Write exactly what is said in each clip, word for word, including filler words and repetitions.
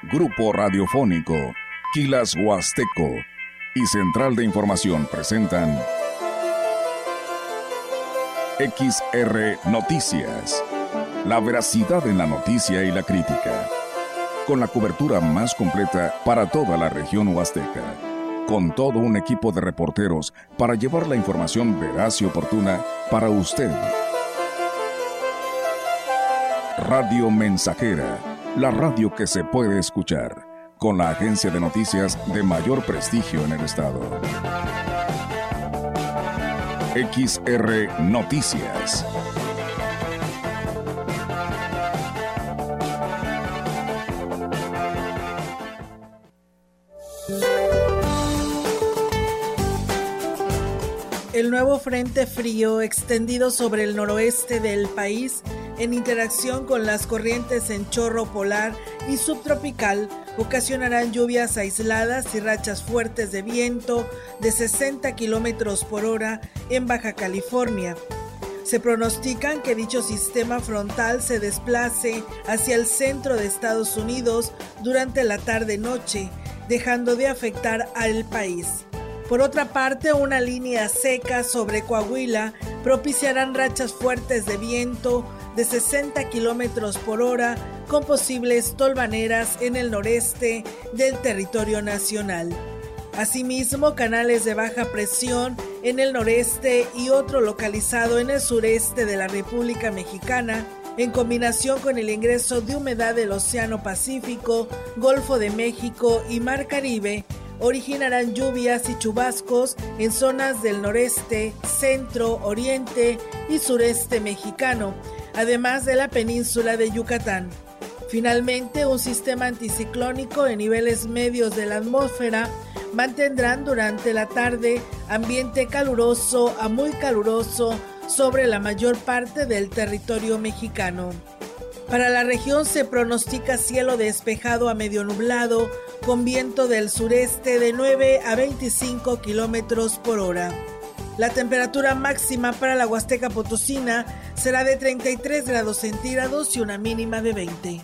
Grupo Radiofónico, Quilas Huasteco y Central de Información presentan X R Noticias. La veracidad en la noticia y la crítica. Con la cobertura más completa para toda la región huasteca. Con todo un equipo de reporteros para llevar la información veraz y oportuna para usted. Radio Mensajera, la radio que se puede escuchar, con la agencia de noticias de mayor prestigio en el estado. X R Noticias. El nuevo frente frío extendido sobre el noroeste del país, en interacción con las corrientes en chorro polar y subtropical, ocasionarán lluvias aisladas y rachas fuertes de viento de sesenta kilómetros por hora en Baja California. Se pronostican que dicho sistema frontal se desplace hacia el centro de Estados Unidos durante la tarde-noche, dejando de afectar al país. Por otra parte, una línea seca sobre Coahuila propiciarán rachas fuertes de viento de sesenta kilómetros por hora con posibles tolvaneras en el noreste del territorio nacional. Asimismo, canales de baja presión en el noreste y otro localizado en el sureste de la República Mexicana, en combinación con el ingreso de humedad del Océano Pacífico, Golfo de México y Mar Caribe, originarán lluvias y chubascos en zonas del noreste, centro, oriente y sureste mexicano, además de la península de Yucatán. Finalmente, un sistema anticiclónico en niveles medios de la atmósfera mantendrán durante la tarde ambiente caluroso a muy caluroso sobre la mayor parte del territorio mexicano. Para la región se pronostica cielo despejado a medio nublado, con viento del sureste de nueve a veinticinco kilómetros por hora. La temperatura máxima para la Huasteca Potosina será de treinta y tres grados centígrados y una mínima de veinte.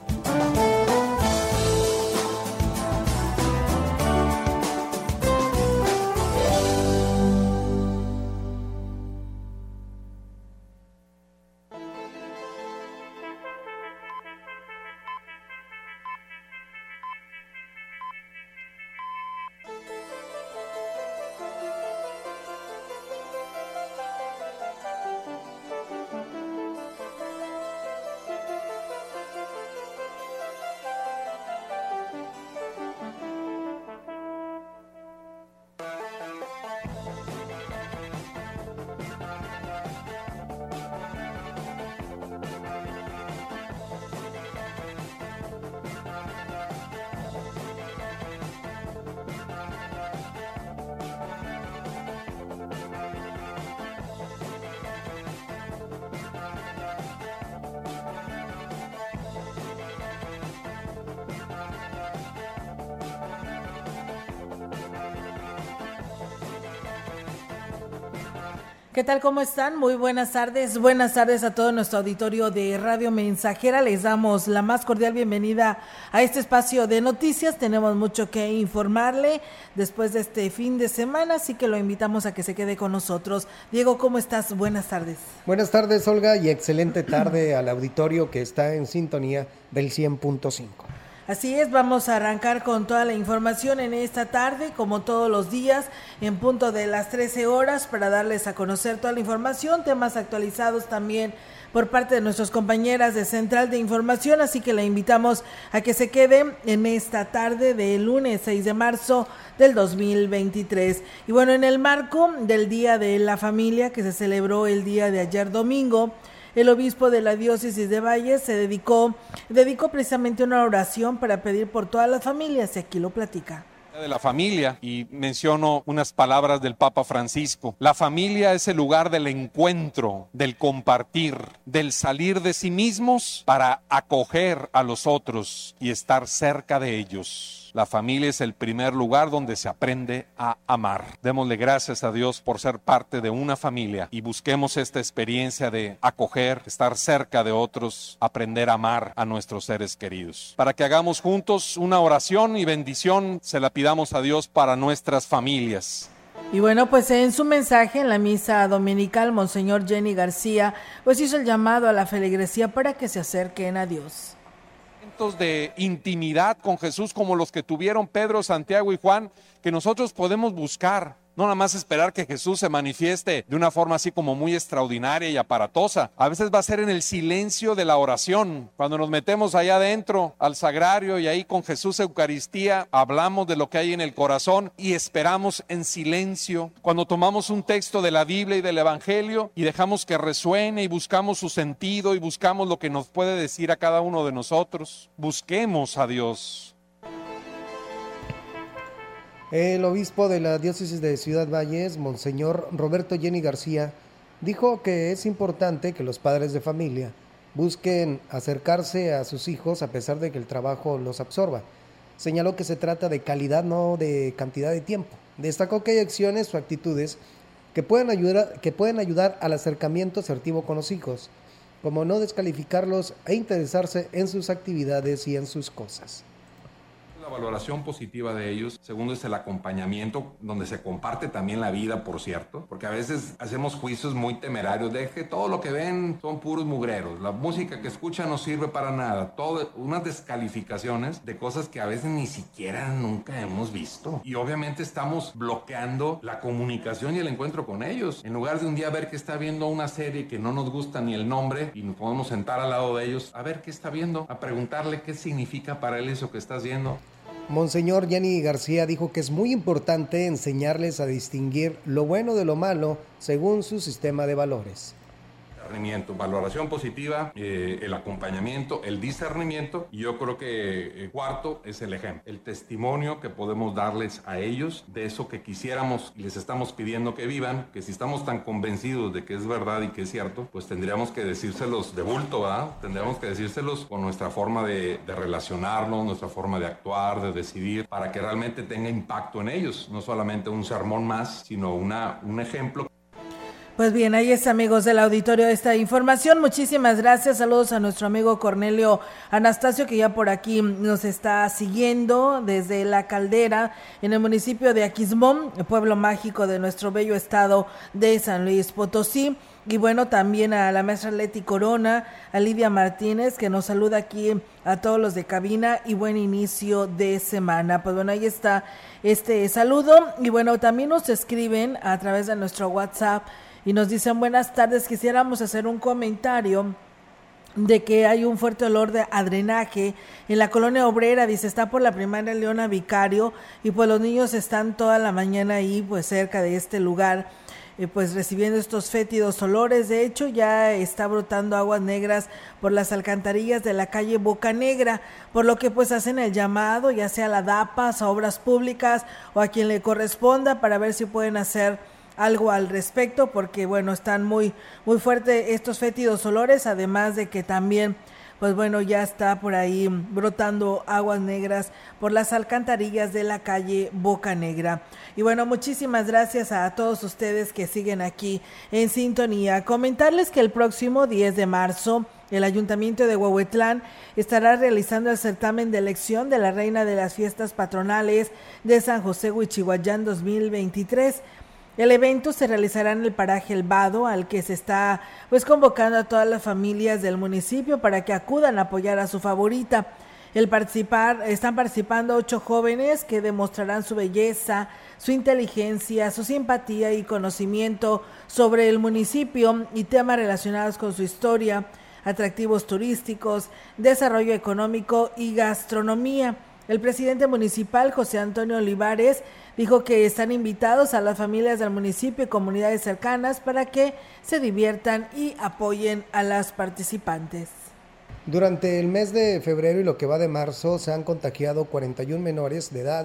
¿Qué tal? ¿Cómo están? Muy buenas tardes. Buenas tardes a todo nuestro auditorio de Radio Mensajera. Les damos la más cordial bienvenida a este espacio de noticias. Tenemos mucho que informarle después de este fin de semana, así que lo invitamos a que se quede con nosotros. Diego, ¿cómo estás? Buenas tardes. Buenas tardes, Olga, y excelente tarde al auditorio que está en sintonía del cien punto cinco. Así es, vamos a arrancar con toda la información en esta tarde, como todos los días, en punto de las trece horas, para darles a conocer toda la información, temas actualizados también por parte de nuestras compañeras de Central de Información, así que la invitamos a que se quede en esta tarde del lunes seis de marzo del dos mil veintitrés. Y bueno, en el marco del Día de la Familia, que se celebró el día de ayer domingo, el obispo de la diócesis de Valles se dedicó, dedicó precisamente una oración para pedir por todas las familias, y aquí lo platica. de la familia y menciono unas palabras del Papa Francisco. La familia es el lugar del encuentro, del compartir, del salir de sí mismos para acoger a los otros y estar cerca de ellos. La familia es el primer lugar donde se aprende a amar. Démosle gracias a Dios por ser parte de una familia y busquemos esta experiencia de acoger, estar cerca de otros, aprender a amar a nuestros seres queridos. Para que hagamos juntos una oración y bendición, se la pidamos a Dios para nuestras familias. Y bueno, pues en su mensaje en la misa dominical, Monseñor Jenny García, pues hizo el llamado a la feligresía para que se acerquen a Dios. De intimidad con Jesús como los que tuvieron Pedro, Santiago y Juan, que nosotros podemos buscar. No nada más esperar que Jesús se manifieste de una forma así como muy extraordinaria y aparatosa. A veces va a ser en el silencio de la oración. Cuando nos metemos allá adentro al sagrario y ahí con Jesús Eucaristía, hablamos de lo que hay en el corazón y esperamos en silencio. Cuando tomamos un texto de la Biblia y del Evangelio y dejamos que resuene y buscamos su sentido y buscamos lo que nos puede decir a cada uno de nosotros. Busquemos a Dios. El obispo de la diócesis de Ciudad Valles, Monseñor Roberto Jenny García, dijo que es importante que los padres de familia busquen acercarse a sus hijos a pesar de que el trabajo los absorba. Señaló que se trata de calidad, no de cantidad de tiempo. Destacó que hay acciones o actitudes que pueden ayudar, que pueden ayudar al acercamiento asertivo con los hijos, como no descalificarlos e interesarse en sus actividades y en sus cosas. La valoración positiva de ellos. Segundo es el acompañamiento, donde se comparte también la vida, por cierto, porque a veces hacemos juicios muy temerarios de que todo lo que ven son puros mugreros, la música que escuchan no sirve para nada, todo, unas descalificaciones de cosas que a veces ni siquiera nunca hemos visto. Y obviamente estamos bloqueando la comunicación y el encuentro con ellos. En lugar de un día ver que está viendo una serie que no nos gusta ni el nombre y nos podemos sentar al lado de ellos a ver qué está viendo, a preguntarle qué significa para él eso que estás viendo. Monseñor Jenny García dijo que es muy importante enseñarles a distinguir lo bueno de lo malo según su sistema de valores. Valoración positiva, eh, el acompañamiento, el discernimiento, y yo creo que eh, cuarto es el ejemplo, el testimonio que podemos darles a ellos de eso que quisiéramos y les estamos pidiendo que vivan, que si estamos tan convencidos de que es verdad y que es cierto, pues tendríamos que decírselos de bulto, ¿verdad? Tendríamos que decírselos con nuestra forma de, de relacionarnos, nuestra forma de actuar, de decidir, para que realmente tenga impacto en ellos, no solamente un sermón más, sino una, un ejemplo. Pues bien, ahí es, amigos del auditorio, esta información. Muchísimas gracias. Saludos a nuestro amigo Cornelio Anastasio, que ya por aquí nos está siguiendo desde La Caldera, en el municipio de Aquismón, el pueblo mágico de nuestro bello estado de San Luis Potosí. Y bueno, también a la maestra Leti Corona, a Lidia Martínez, que nos saluda aquí a todos los de cabina, y buen inicio de semana. Pues bueno, ahí está este saludo. Y bueno, también nos escriben a través de nuestro WhatsApp y nos dicen: buenas tardes, quisiéramos hacer un comentario de que hay un fuerte olor de a drenaje en la colonia obrera. Dice, está por la primaria Leona Vicario, y pues los niños están toda la mañana ahí pues cerca de este lugar, eh, pues recibiendo estos fétidos olores. De hecho, ya está brotando aguas negras por las alcantarillas de la calle Boca Negra, por lo que pues hacen el llamado, ya sea a la DAPAS, a Obras Públicas o a quien le corresponda, para ver si pueden hacer algo al respecto, porque bueno, están muy muy fuertes estos fétidos olores, además de que también pues bueno, ya está por ahí brotando aguas negras por las alcantarillas de la calle Boca Negra. Y bueno, muchísimas gracias a todos ustedes que siguen aquí en sintonía. Comentarles que el próximo diez de marzo el Ayuntamiento de Huehuetlán estará realizando el certamen de elección de la Reina de las Fiestas Patronales de San José Huichihuayán dos mil veintitrés. El evento se realizará en el paraje El Vado, al que se está pues convocando a todas las familias del municipio para que acudan a apoyar a su favorita. El participar, están participando ocho jóvenes que demostrarán su belleza, su inteligencia, su simpatía y conocimiento sobre el municipio y temas relacionados con su historia, atractivos turísticos, desarrollo económico y gastronomía. El presidente municipal, José Antonio Olivares, dijo que están invitados a las familias del municipio y comunidades cercanas para que se diviertan y apoyen a las participantes. Durante el mes de febrero y lo que va de marzo se han contagiado cuarenta y uno menores de edad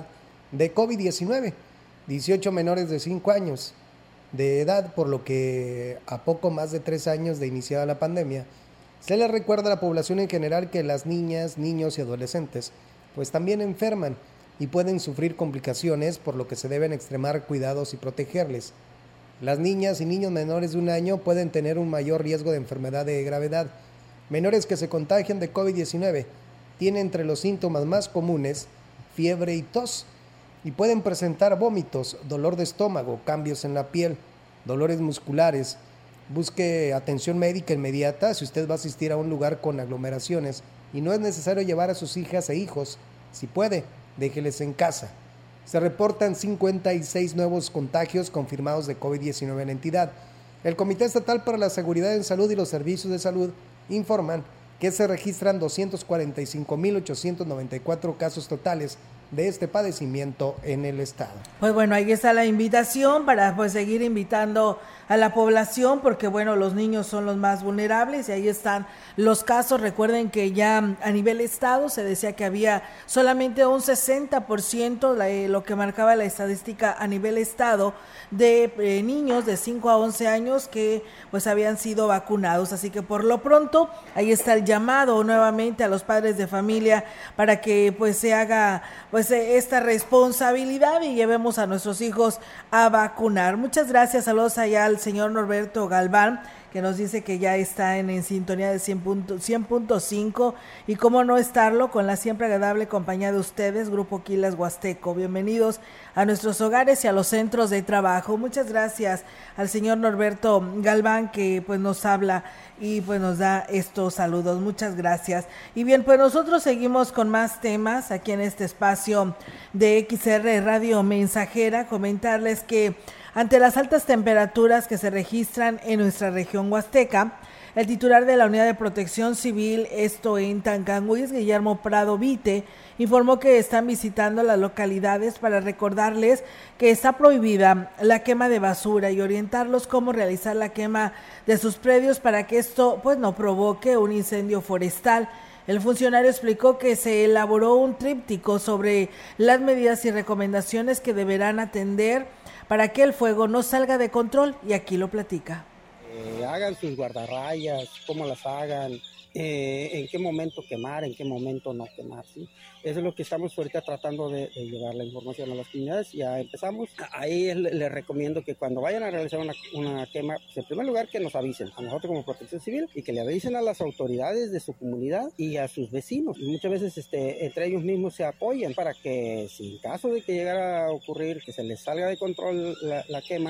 de COVID diecinueve, dieciocho menores de cinco años de edad, por lo que a poco más de tres años de iniciada la pandemia, se les recuerda a la población en general que las niñas, niños y adolescentes pues también enferman y pueden sufrir complicaciones, por lo que se deben extremar cuidados y protegerles. Las niñas y niños menores de un año pueden tener un mayor riesgo de enfermedad de gravedad. Menores que se contagian de COVID diecinueve tienen entre los síntomas más comunes fiebre y tos, y pueden presentar vómitos, dolor de estómago, cambios en la piel, dolores musculares. Busque atención médica inmediata si usted va a asistir a un lugar con aglomeraciones y no es necesario llevar a sus hijas e hijos. Si puede, déjeles en casa. Se reportan cincuenta y seis nuevos contagios confirmados de COVID diecinueve en la entidad. El Comité Estatal para la Seguridad en Salud y los Servicios de Salud informan que se registran doscientos cuarenta y cinco mil ochocientos noventa y cuatro casos totales de este padecimiento en el estado. Pues bueno, ahí está la invitación para pues seguir invitando a la población, porque bueno, los niños son los más vulnerables y ahí están los casos. Recuerden que ya a nivel estado se decía que había solamente un sesenta por ciento, la, eh, lo que marcaba la estadística a nivel estado, de eh, niños de cinco a once años que pues habían sido vacunados. Así que por lo pronto ahí está el llamado nuevamente a los padres de familia para que pues se haga pues esta responsabilidad y llevemos a nuestros hijos a vacunar. Muchas gracias, saludos allá al señor Norberto Galván, que nos dice que ya está en, en sintonía de cien punto cinco, y cómo no estarlo con la siempre agradable compañía de ustedes, Grupo Quilas Huasteco. Bienvenidos a nuestros hogares y a los centros de trabajo. Muchas gracias al señor Norberto Galván, que pues nos habla y pues nos da estos saludos. Muchas gracias. Y bien, pues nosotros seguimos con más temas aquí en este espacio de X R Radio Mensajera. Comentarles que ante las altas temperaturas que se registran en nuestra región huasteca, el titular de la Unidad de Protección Civil, esto en Tancanguis, Guillermo Prado Vite, informó que están visitando las localidades para recordarles que está prohibida la quema de basura y orientarlos cómo realizar la quema de sus predios para que esto pues no provoque un incendio forestal. El funcionario explicó que se elaboró un tríptico sobre las medidas y recomendaciones que deberán atender para que el fuego no salga de control, y aquí lo platica. Eh, hagan sus guardarrayas, cómo las hagan, eh, en qué momento quemar, en qué momento no quemar, ¿sí? Eso es lo que estamos ahorita tratando de, de llevar la información a las comunidades. Ya empezamos. Ahí les le recomiendo que cuando vayan a realizar una, una quema, pues en primer lugar que nos avisen, a nosotros como Protección Civil, y que le avisen a las autoridades de su comunidad y a sus vecinos. Y muchas veces este, entre ellos mismos se apoyan para que, si en caso de que llegara a ocurrir que se les salga de control la, la quema.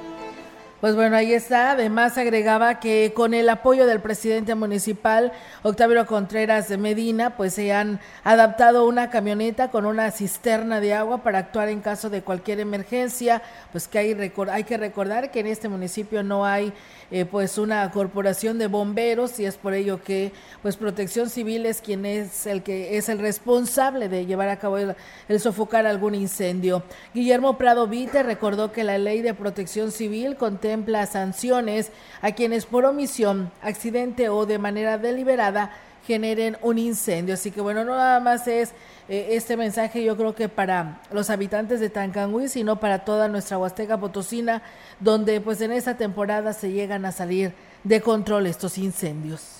Pues bueno, ahí está. Además agregaba que con el apoyo del presidente municipal, Octavio Contreras de Medina, pues se han adaptado una camioneta con una cisterna de agua para actuar en caso de cualquier emergencia. Pues que hay, recor- hay que recordar que en este municipio no hay eh, pues una corporación de bomberos, y es por ello que pues Protección Civil es quien es el que es el responsable de llevar a cabo el, el sofocar algún incendio. Guillermo Prado Vite recordó que la ley de Protección Civil contempla sanciones a quienes por omisión, accidente o de manera deliberada generen un incendio. Así que bueno, no nada más es eh, este mensaje, yo creo que para los habitantes de Tancanguis, sino para toda nuestra Huasteca Potosina, donde pues en esta temporada se llegan a salir de control estos incendios.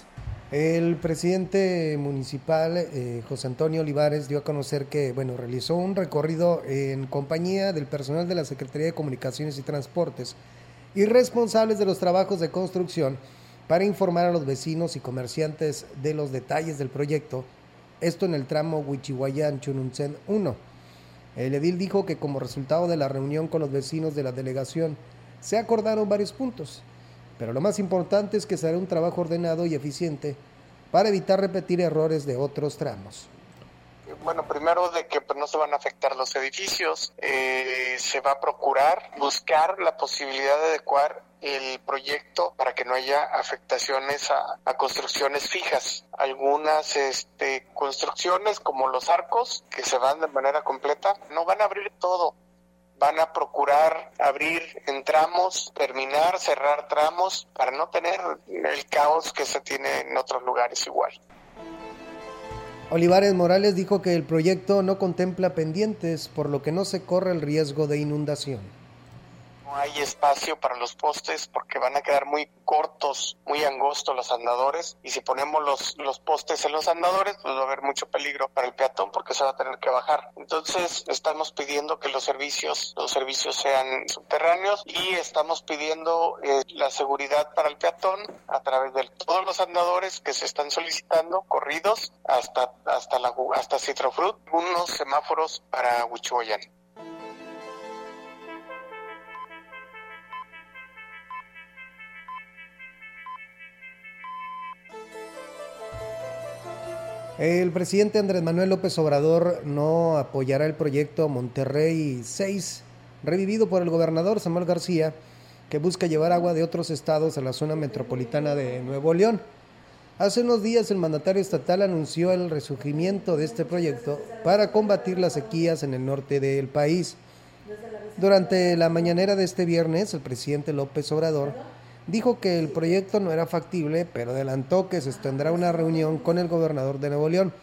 El presidente municipal, eh, José Antonio Olivares, dio a conocer que, bueno, realizó un recorrido en compañía del personal de la Secretaría de Comunicaciones y Transportes y responsables de los trabajos de construcción para informar a los vecinos y comerciantes de los detalles del proyecto, esto en el tramo Huichihuayán-Chununtzen uno. El edil dijo que como resultado de la reunión con los vecinos de la delegación se acordaron varios puntos, pero lo más importante es que se hará un trabajo ordenado y eficiente para evitar repetir errores de otros tramos. Bueno, primero de que pues, no se van a afectar los edificios, eh, se va a procurar buscar la posibilidad de adecuar el proyecto para que no haya afectaciones a, a construcciones fijas. Algunas este, construcciones como los arcos que se van de manera completa no van a abrir todo. Van a procurar abrir en tramos, terminar, cerrar tramos para no tener el caos que se tiene en otros lugares igual. Olivares Morales dijo que el proyecto no contempla pendientes, por lo que no se corre el riesgo de inundación. No hay espacio para los postes porque van a quedar muy cortos, muy angostos los andadores, y si ponemos los, los postes en los andadores, pues va a haber mucho peligro para el peatón porque se va a tener que bajar. Entonces estamos pidiendo que los servicios, los servicios sean subterráneos, y estamos pidiendo eh, la seguridad para el peatón a través de todos los andadores que se están solicitando, corridos hasta hasta la hasta Citrofruit, unos semáforos para Huichuollán. El presidente Andrés Manuel López Obrador no apoyará el proyecto Monterrey seis, revivido por el gobernador Samuel García, que busca llevar agua de otros estados a la zona metropolitana de Nuevo León. Hace unos días el mandatario estatal anunció el resurgimiento de este proyecto para combatir las sequías en el norte del país. Durante la mañanera de este viernes, el presidente López Obrador dijo que el proyecto no era factible, pero adelantó que se tendrá una reunión con el gobernador de Nuevo León.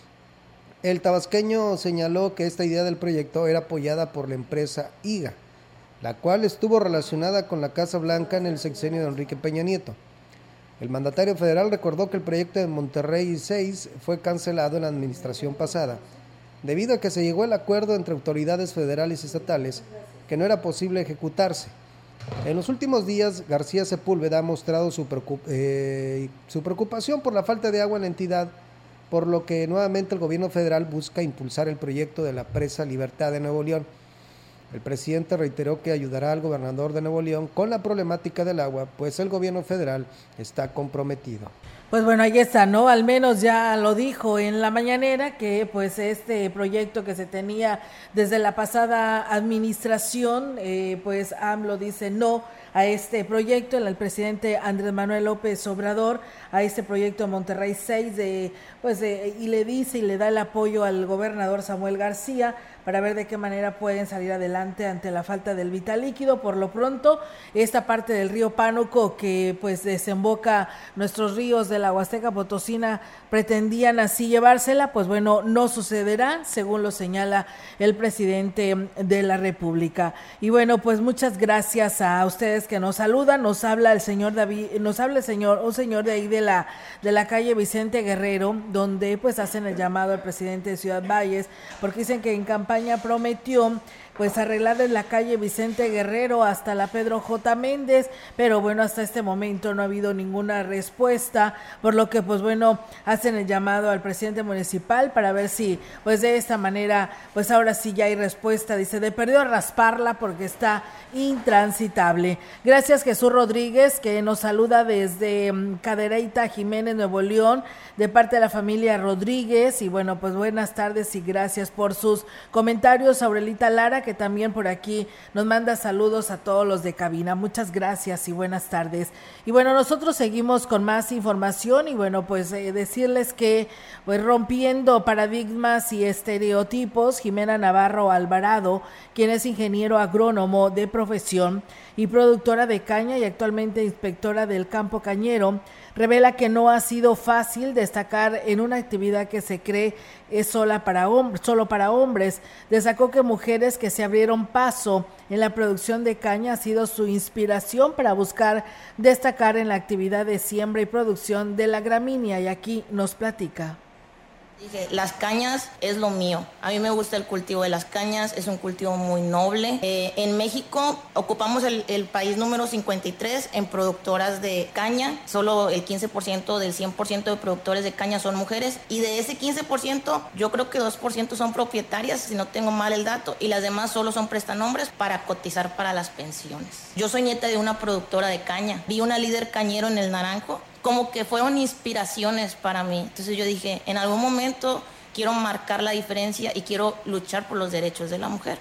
El tabasqueño señaló que esta idea del proyecto era apoyada por la empresa I G A, la cual estuvo relacionada con la Casa Blanca en el sexenio de Enrique Peña Nieto. El mandatario federal recordó que el proyecto de Monterrey seis fue cancelado en la administración pasada, debido a que se llegó al acuerdo entre autoridades federales y estatales que no era posible ejecutarse. En los últimos días, García Sepúlveda ha mostrado su, preocup- eh, su preocupación por la falta de agua en la entidad, por lo que nuevamente el gobierno federal busca impulsar el proyecto de la presa Libertad de Nuevo León. El presidente reiteró que ayudará al gobernador de Nuevo León con la problemática del agua, pues el gobierno federal está comprometido. Pues bueno, ahí está, ¿no? Al menos ya lo dijo en la mañanera que pues este proyecto que se tenía desde la pasada administración, eh, pues AMLO dice no a este proyecto, el, el presidente Andrés Manuel López Obrador a este proyecto Monterrey seis, de, pues de, y le dice y le da el apoyo al gobernador Samuel García para ver de qué manera pueden salir adelante ante la falta del vital líquido. Por lo pronto, esta parte del río Pánuco que pues desemboca nuestros ríos de la Huasteca Potosina pretendían así llevársela, pues bueno, no sucederá, según lo señala el presidente de la República. Y bueno, pues muchas gracias a ustedes que nos saludan. Nos habla el señor David, nos habla el señor, un señor de ahí de la de la calle Vicente Guerrero, donde pues hacen el llamado al presidente de Ciudad Valles, porque dicen que en campaña prometió pues arreglar en la calle Vicente Guerrero hasta la Pedro J. Méndez, pero bueno, hasta este momento no ha habido ninguna respuesta, por lo que pues bueno, hacen el llamado al presidente municipal para ver si pues de esta manera, pues ahora sí ya hay respuesta. Dice, de perdió a rasparla porque está intransitable. Gracias Jesús Rodríguez, que nos saluda desde um, Cadereyta, Jiménez, Nuevo León, de parte de la familia Rodríguez. Y bueno, pues buenas tardes y gracias por sus comentarios. Aurelita Lara, que también por aquí nos manda saludos a todos los de cabina. Muchas gracias y buenas tardes. Y bueno, nosotros seguimos con más información y bueno, pues eh, decirles que pues rompiendo paradigmas y estereotipos, Jimena Navarro Alvarado, quien es ingeniero agrónomo de profesión y productora de caña y actualmente inspectora del campo cañero, revela que no ha sido fácil destacar en una actividad que se cree es sola para hombres, solo para hombres. Destacó que mujeres que se abrieron paso en la producción de caña ha sido su inspiración para buscar destacar en la actividad de siembra y producción de la gramínea, y aquí nos platica. Dije, las cañas es lo mío. A mí me gusta el cultivo de las cañas, es un cultivo muy noble. Eh, en México ocupamos el, el país número cincuenta y tres en productoras de caña. Solo el quince por ciento del cien por ciento de productores de caña son mujeres. Y de ese quince por ciento, yo creo que dos por ciento son propietarias, si no tengo mal el dato. Y las demás solo son prestanombres para cotizar para las pensiones. Yo soy nieta de una productora de caña. Vi una líder cañero en el Naranjo. Como que fueron inspiraciones para mí. Entonces yo dije, en algún momento quiero marcar la diferencia y quiero luchar por los derechos de la mujer.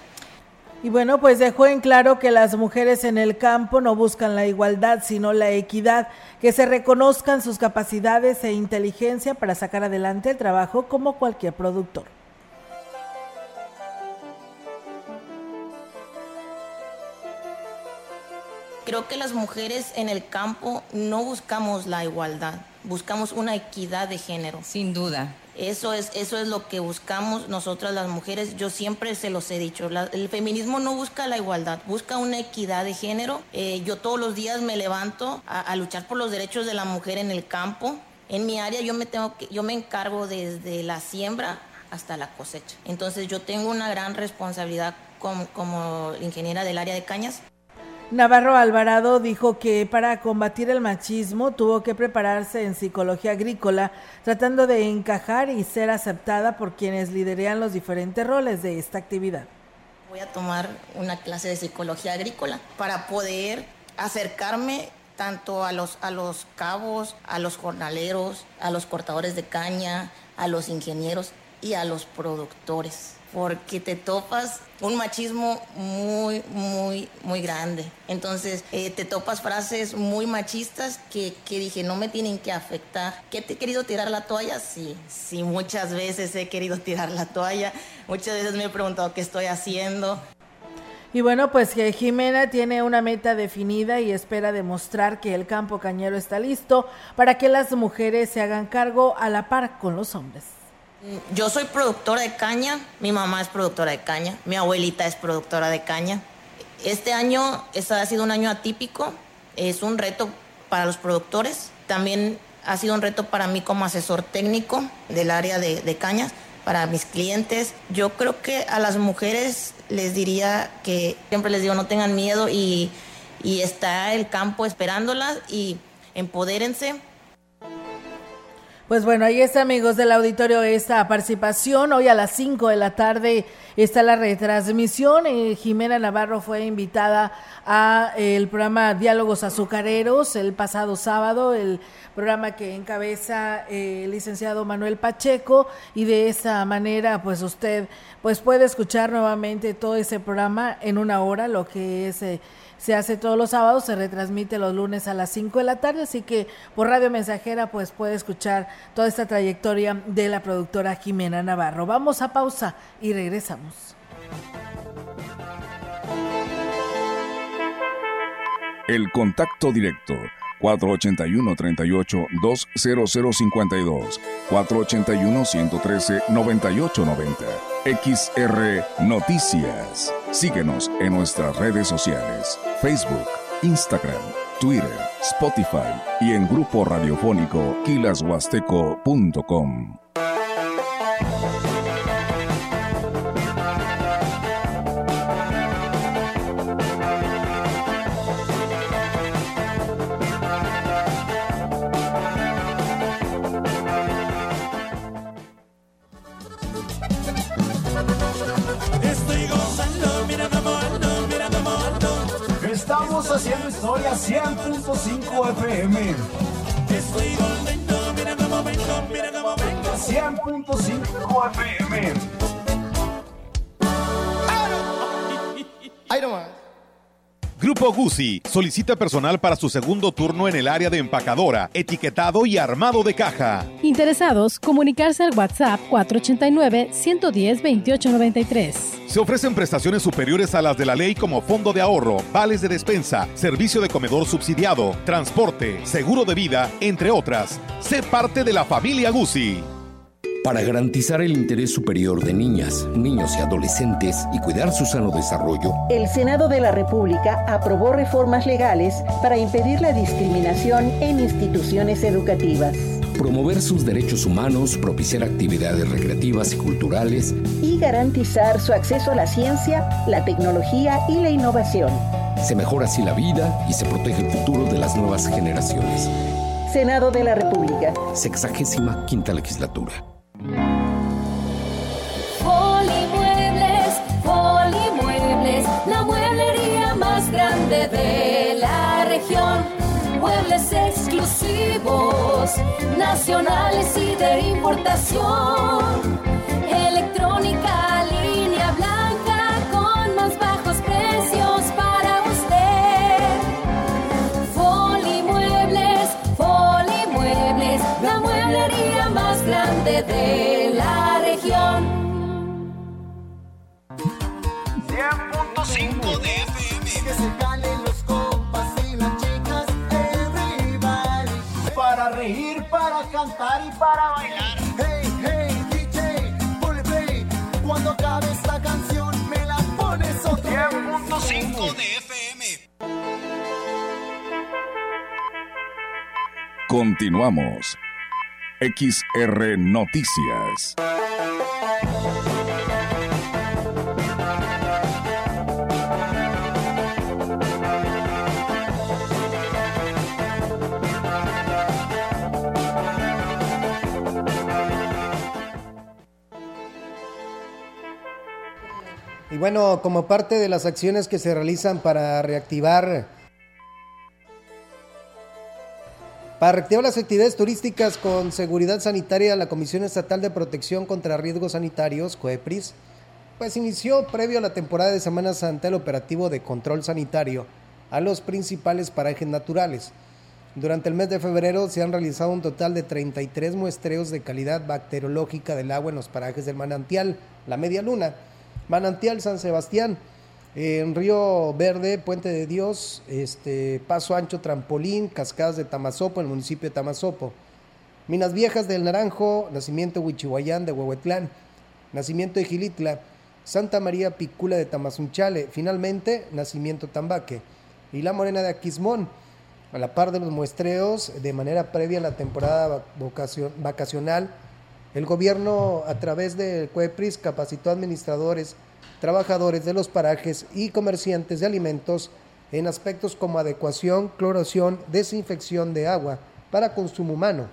Y bueno, pues dejó en claro que las mujeres en el campo no buscan la igualdad, sino la equidad, que se reconozcan sus capacidades e inteligencia para sacar adelante el trabajo como cualquier productor. Creo creo que las mujeres en el campo no buscamos la igualdad, buscamos una equidad de género. Sin duda. Eso es, eso es lo que buscamos nosotras las mujeres. Yo siempre se los he dicho, la, el feminismo no busca la igualdad, busca una equidad de género. Eh, yo todos los días me levanto a, a luchar por los derechos de la mujer en el campo. En mi área yo me, tengo que, yo me encargo desde la siembra hasta la cosecha. Entonces yo tengo una gran responsabilidad como, como ingeniera del área de cañas. Navarro Alvarado dijo que para combatir el machismo tuvo que prepararse en psicología agrícola, tratando de encajar y ser aceptada por quienes liderean los diferentes roles de esta actividad. Voy a tomar una clase de psicología agrícola para poder acercarme tanto a los, a los cabos, a los jornaleros, a los cortadores de caña, a los ingenieros y a los productores. Porque te topas un machismo muy, muy, muy grande. Entonces, eh, te topas frases muy machistas que, que dije, no me tienen que afectar. ¿Que te he querido tirar la toalla? Sí, sí, muchas veces he querido tirar la toalla. Muchas veces me he preguntado qué estoy haciendo. Y bueno, pues que Jimena tiene una meta definida y espera demostrar que el campo cañero está listo para que las mujeres se hagan cargo a la par con los hombres. Yo soy productora de caña, mi mamá es productora de caña, mi abuelita es productora de caña. Este año este ha sido un año atípico, es un reto para los productores, también ha sido un reto para mí como asesor técnico del área de, de cañas, para mis clientes. Yo creo que a las mujeres les diría que siempre les digo no tengan miedo y, y está el campo esperándolas y empodérense. Pues bueno, ahí está, amigos del auditorio, esta participación. Hoy a las cinco de la tarde está la retransmisión. Eh, Jimena Navarro fue invitada a eh, el programa Diálogos Azucareros el pasado sábado, el programa que encabeza eh, el licenciado Manuel Pacheco, y de esa manera pues usted pues puede escuchar nuevamente todo ese programa en una hora, lo que es... Eh, se hace todos los sábados, se retransmite los lunes a las cinco de la tarde, así que por Radio Mensajera pues puede escuchar toda esta trayectoria de la productora Jimena Navarro. Vamos a pausa y regresamos. El contacto directo cuatro ochenta y uno, treinta y ocho, dos cero cero cincuenta y dos, cuatro ochenta y uno, ciento trece, noventa y ocho noventa. X R Noticias. Síguenos en nuestras redes sociales: Facebook, Instagram, Twitter, Spotify y en grupo radiofónico quilas huasteco punto com. Estamos haciendo historia cien punto cinco F M. Estoy contento, mira cómo vengo, mira cómo vengo. cien punto cinco F M. Ahí nomás. Grupo Guzzi solicita personal para su segundo turno en el área de empacadora, etiquetado y armado de caja. Interesados, comunicarse al WhatsApp cuatro ochenta y nueve, ciento diez, veintiocho noventa y tres. Se ofrecen prestaciones superiores a las de la ley como fondo de ahorro, vales de despensa, servicio de comedor subsidiado, transporte, seguro de vida, entre otras. Sé parte de la familia Guzzi. Para garantizar el interés superior de niñas, niños y adolescentes y cuidar su sano desarrollo, el Senado de la República aprobó reformas legales para impedir la discriminación en instituciones educativas, promover sus derechos humanos, propiciar actividades recreativas y culturales y garantizar su acceso a la ciencia, la tecnología y la innovación. Se mejora así la vida y se protege el futuro de las nuevas generaciones. Senado de la República. Sexagésima quinta legislatura. Polimuebles, Polimuebles, la mueblería más grande de la región. Muebles exclusivos, nacionales y de importación. Electrónica, línea blanca, con más bajos precios para usted. Polimuebles, Polimuebles, la mueblería más grande de la región. cien punto cinco de F M. Que se calen los compas y la para bailar. Hey, hey, D J, ponle play. Cuando acabe esta canción me la pones otra vez. cien punto cinco de F M. Continuamos. X R Noticias. Y bueno, como parte de las acciones que se realizan para reactivar para reactivar las actividades turísticas con seguridad sanitaria, la Comisión Estatal de Protección contra Riesgos Sanitarios, COEPRIS, pues inició previo a la temporada de Semana Santa el operativo de control sanitario a los principales parajes naturales. Durante el mes de febrero se han realizado un total de treinta y tres muestreos de calidad bacteriológica del agua en los parajes del manantial La Media Luna, Manantial San Sebastián, en Río Verde, Puente de Dios, este, Paso Ancho, Trampolín, Cascadas de Tamazopo, en el municipio de Tamazopo, Minas Viejas del Naranjo, Nacimiento Huichihuayán de Huehuetlán, Nacimiento de Gilitla, Santa María Picula de Tamazunchale, finalmente Nacimiento Tambaque y La Morena de Aquismón. A la par de los muestreos, de manera previa a la temporada vacacional, el gobierno, a través del COEPRIS, capacitó a administradores, trabajadores de los parajes y comerciantes de alimentos en aspectos como adecuación, cloración, desinfección de agua para consumo humano,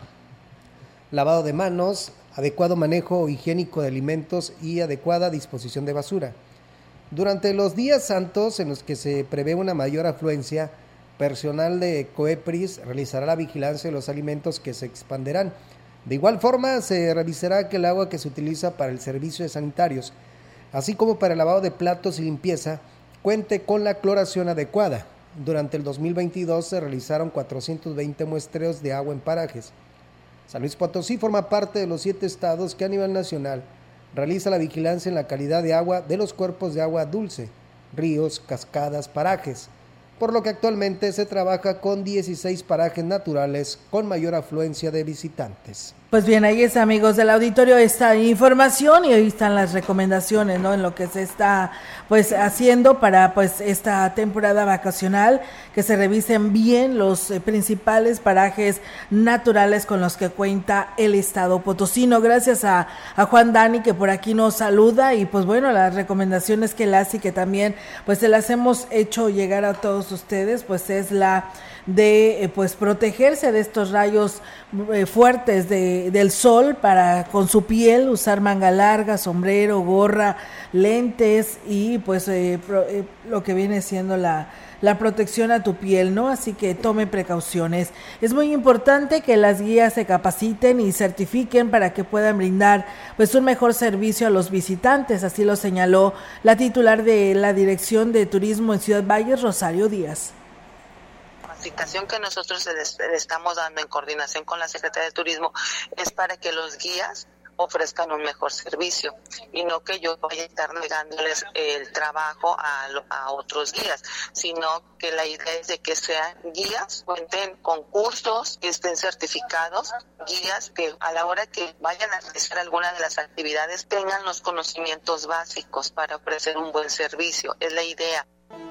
lavado de manos, adecuado manejo higiénico de alimentos y adecuada disposición de basura. Durante los días santos, en los que se prevé una mayor afluencia, personal de COEPRIS realizará la vigilancia de los alimentos que se expanderán. De igual forma, se revisará que el agua que se utiliza para el servicio de sanitarios, así como para el lavado de platos y limpieza, cuente con la cloración adecuada. Durante el dos mil veintidós se realizaron cuatrocientos veinte muestreos de agua en parajes. San Luis Potosí forma parte de los siete estados que a nivel nacional realiza la vigilancia en la calidad de agua de los cuerpos de agua dulce, ríos, cascadas, parajes, por lo que actualmente se trabaja con dieciséis parajes naturales con mayor afluencia de visitantes. Pues bien, ahí es, amigos del auditorio, esta información y ahí están las recomendaciones, ¿no? En lo que se está pues haciendo para pues esta temporada vacacional, que se revisen bien los eh, principales parajes naturales con los que cuenta el estado potosino. Gracias a, a Juan Dani, que por aquí nos saluda, y pues bueno, las recomendaciones que él hace y que también pues se las hemos hecho llegar a todos ustedes, pues es la de eh, pues protegerse de estos rayos eh, fuertes de, del sol, para con su piel usar manga larga, sombrero, gorra, lentes y pues eh, pro, eh, lo que viene siendo la la protección a tu piel, ¿no? Así que tome precauciones. Es muy importante que las guías se capaciten y certifiquen para que puedan brindar pues un mejor servicio a los visitantes, así lo señaló la titular de la Dirección de Turismo en Ciudad Valles, Rosario Díaz. Capacitación que nosotros le estamos dando en coordinación con la Secretaría de Turismo es para que los guías ofrezcan un mejor servicio y no que yo vaya a estar negándoles el trabajo a, a otros guías, sino que la idea es de que sean guías, cuenten con cursos, que estén certificados, guías que a la hora que vayan a realizar alguna de las actividades tengan los conocimientos básicos para ofrecer un buen servicio. Es la idea.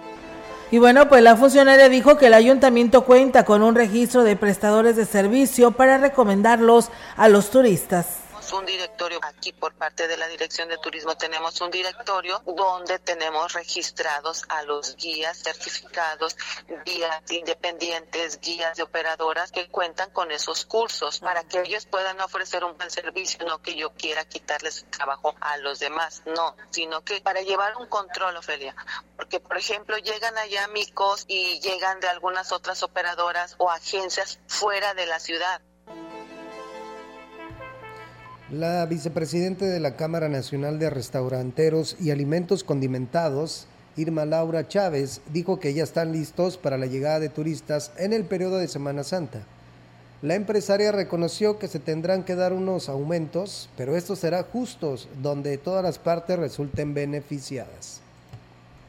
Y bueno, pues la funcionaria dijo que el ayuntamiento cuenta con un registro de prestadores de servicio para recomendarlos a los turistas. Un directorio aquí por parte de la Dirección de Turismo, tenemos un directorio donde tenemos registrados a los guías certificados, guías independientes, guías de operadoras que cuentan con esos cursos para que ellos puedan ofrecer un buen servicio, no que yo quiera quitarles el trabajo a los demás, no, sino que para llevar un control, Ofelia, porque por ejemplo llegan allá micos y llegan de algunas otras operadoras o agencias fuera de la ciudad. La vicepresidenta de la Cámara Nacional de Restauranteros y Alimentos Condimentados, Irma Laura Chávez, dijo que ya están listos para la llegada de turistas en el periodo de Semana Santa. La empresaria reconoció que se tendrán que dar unos aumentos, pero estos serán justos, donde todas las partes resulten beneficiadas.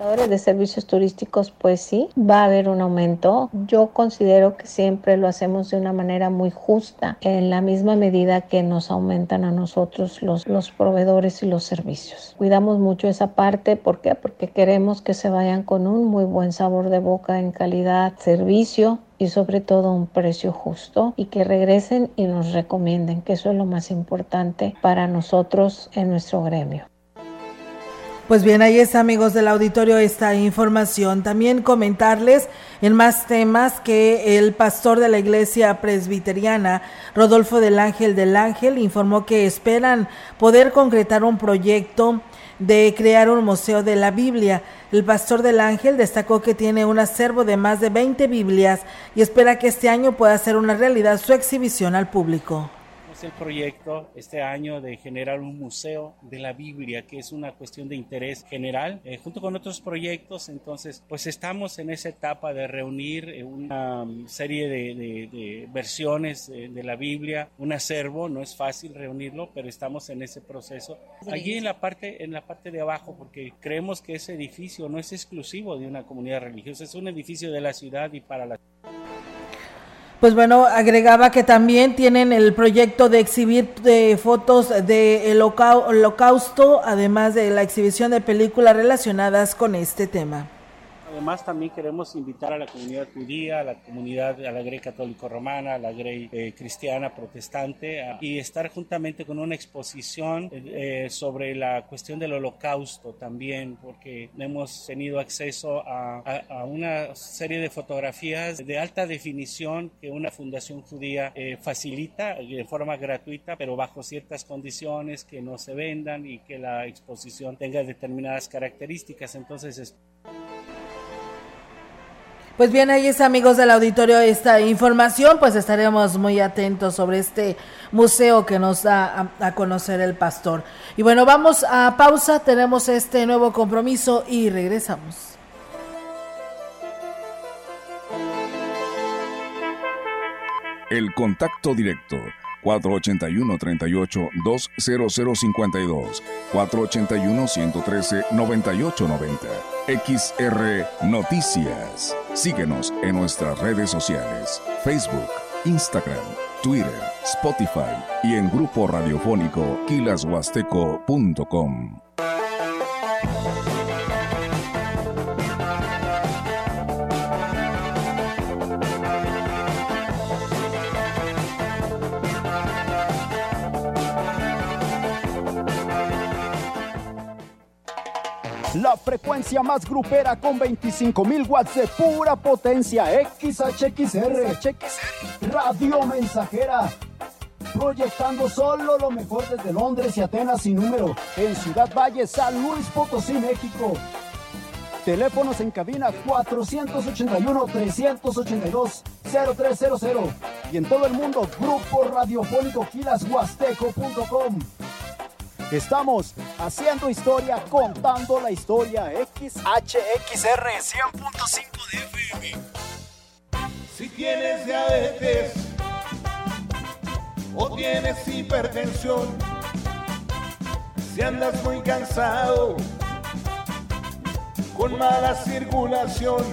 De servicios turísticos, pues sí, va a haber un aumento. Yo considero que siempre lo hacemos de una manera muy justa, en la misma medida que nos aumentan a nosotros los, los proveedores y los servicios. Cuidamos mucho esa parte, ¿por qué? Porque queremos que se vayan con un muy buen sabor de boca en calidad, servicio y sobre todo un precio justo, y que regresen y nos recomienden, que eso es lo más importante para nosotros en nuestro gremio. Pues bien, ahí está, amigos del auditorio, esta información. También comentarles en más temas que el pastor de la iglesia presbiteriana, Rodolfo del Ángel del Ángel, informó que esperan poder concretar un proyecto de crear un museo de la Biblia. El pastor del Ángel destacó que tiene un acervo de más de veinte Biblias y espera que este año pueda ser una realidad su exhibición al público. El proyecto este año de generar un museo de la Biblia, que es una cuestión de interés general, eh, junto con otros proyectos. Entonces, pues estamos en esa etapa de reunir eh, una um, serie de, de, de versiones de, de la Biblia, un acervo. No es fácil reunirlo, pero estamos en ese proceso. Allí en la parte, en la parte de abajo, porque creemos que ese edificio no es exclusivo de una comunidad religiosa, es un edificio de la ciudad y para la Pues bueno, agregaba que también tienen el proyecto de exhibir eh, fotos del holocausto, además de la exhibición de películas relacionadas con este tema. Además, también queremos invitar a la comunidad judía, a la comunidad, a la grey católico-romana, a la grey eh, cristiana protestante, a, y estar juntamente con una exposición eh, sobre la cuestión del holocausto también, porque hemos tenido acceso a, a, a una serie de fotografías de alta definición que una fundación judía eh, facilita de forma gratuita, pero bajo ciertas condiciones, que no se vendan y que la exposición tenga determinadas características. Entonces, es Pues bien, ahí es, amigos del auditorio, esta información. Pues estaremos muy atentos sobre este museo que nos da a, a conocer el pastor. Y bueno, vamos a pausa, tenemos este nuevo compromiso y regresamos. El contacto directo cuatro ochenta y uno, treinta y ocho, dos cero cero cincuenta y dos, cuatro ochenta y uno, ciento trece, noventa y ocho noventa. X R Noticias. Síguenos en nuestras redes sociales: Facebook, Instagram, Twitter, Spotify y en grupo radiofónico quilas huasteco punto com. La frecuencia más grupera con veinticinco mil watts de pura potencia. X H X R, Radio Mensajera. Proyectando solo lo mejor desde Londres y Atenas sin número. En Ciudad Valle, San Luis Potosí, México. Teléfonos en cabina cuatrocientos ochenta y uno, trescientos ochenta y dos, cero tres cero cero. Y en todo el mundo, grupo radiofónico quilas huasteco punto com. Estamos haciendo historia, contando la historia. X H X R cien punto cinco de F M. Si tienes diabetes o tienes hipertensión, si andas muy cansado, con mala circulación,